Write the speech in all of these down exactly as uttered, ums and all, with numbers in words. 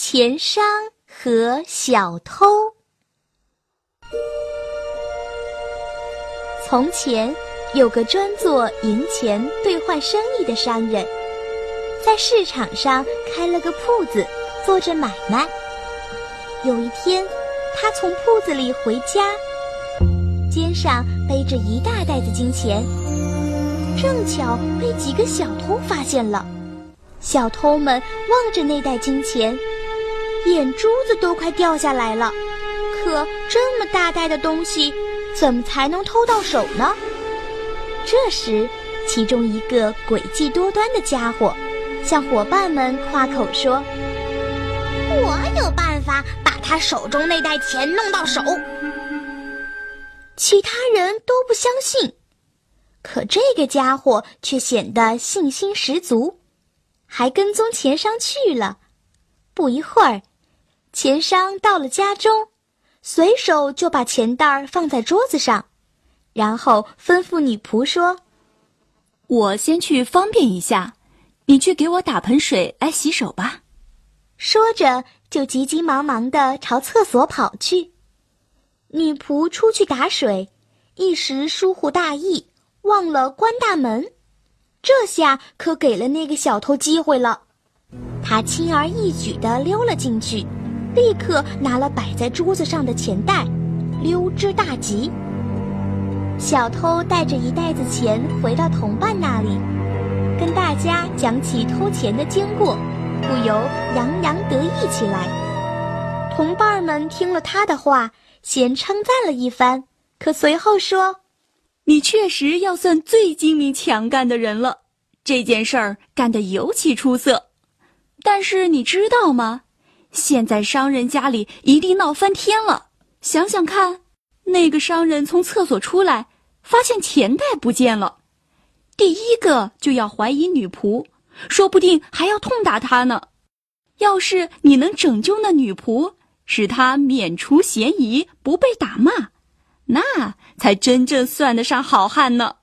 钱商和小偷。从前有个专做银钱兑换生意的商人，在市场上开了个铺子，做着买卖。有一天，他从铺子里回家，肩上背着一大袋子金钱，正巧被几个小偷发现了。小偷们望着那袋金钱，眼珠子都快掉下来了。可这么大袋的东西，怎么才能偷到手呢？这时，其中一个诡计多端的家伙向伙伴们夸口说：“ 我有办法把他手中那袋钱弄到手。” 其他人都不相信，可这个家伙却显得信心十足，还跟踪钱商去了。不一会儿，钱商到了家中，随手就把钱袋放在桌子上，然后吩咐女仆说：“ 我先去方便一下，你去给我打盆水来洗手吧。” 说着就急急忙忙地朝厕所跑去。女仆出去打水，一时疏忽大意，忘了关大门。这下可给了那个小偷机会了。他轻而易举地溜了进去，立刻拿了摆在桌子上的钱袋，溜之大吉。小偷带着一袋子钱回到同伴那里，跟大家讲起偷钱的经过，不由洋洋得意起来。同伴们听了他的话，先称赞了一番，可随后说：“ 你确实要算最精明强干的人了，这件事儿干得尤其出色。但是你知道吗？现在商人家里一定闹翻天了。想想看，那个商人从厕所出来，发现钱袋不见了，第一个就要怀疑女仆，说不定还要痛打她呢。要是你能拯救那女仆，使她免除嫌疑，不被打骂，那才真正算得上好汉呢。”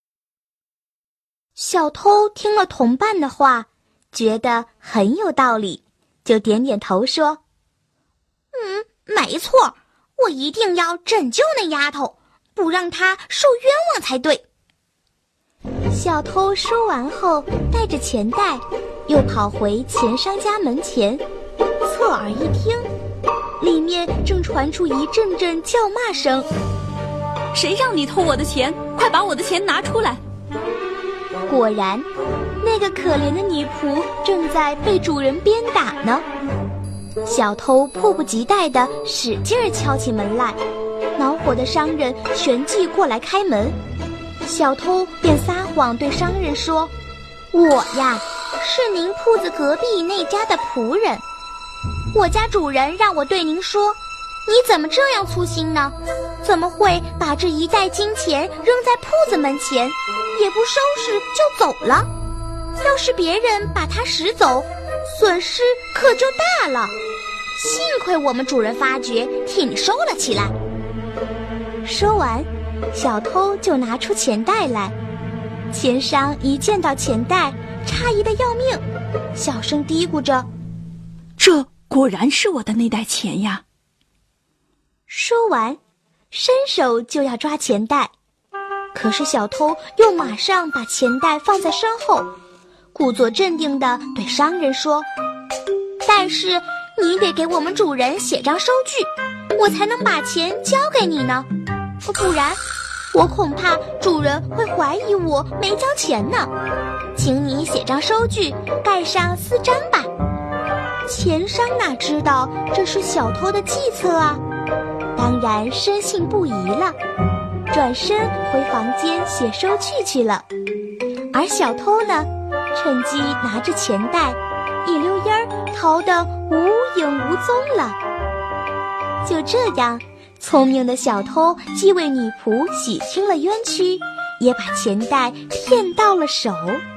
小偷听了同伴的话，觉得很有道理，就点点头说：“ 嗯，没错，我一定要拯救那丫头，不让她受冤枉才对。” 小偷说完后，带着钱袋，又跑回钱商家门前，侧耳一听，里面正传出一阵阵叫骂声：“ 谁让你偷我的钱？快把我的钱拿出来！” 果然，那个可怜的女仆正在被主人鞭打呢。小偷迫不及待地使劲儿敲起门来，恼火的商人旋即过来开门。小偷便撒谎对商人说：“我呀，是您铺子隔壁那家的仆人，我家主人让我对您说，你怎么这样粗心呢？怎么会把这一袋金钱扔在铺子门前，也不收拾就走了？要是别人把它拾走，损失可就大了。幸亏我们主人发觉，替你收了起来。”说完，小偷就拿出钱袋来。钱商一见到钱袋，诧异的要命，小声嘀咕着：“ 这果然是我的那袋钱呀。” 说完，伸手就要抓钱袋，可是小偷又马上把钱袋放在身后，故作镇定地对商人说：“但是你得给我们主人写张收据，我才能把钱交给你呢，不然我恐怕主人会怀疑我没交钱呢。请你写张收据，盖上私章吧。”钱商哪知道这是小偷的计策啊，当然深信不疑了，转身回房间写收据去了。而小偷呢，趁机拿着钱袋，一溜烟儿逃得无影无踪了。就这样，聪明的小偷既为女仆洗清了冤屈，也把钱袋骗到了手。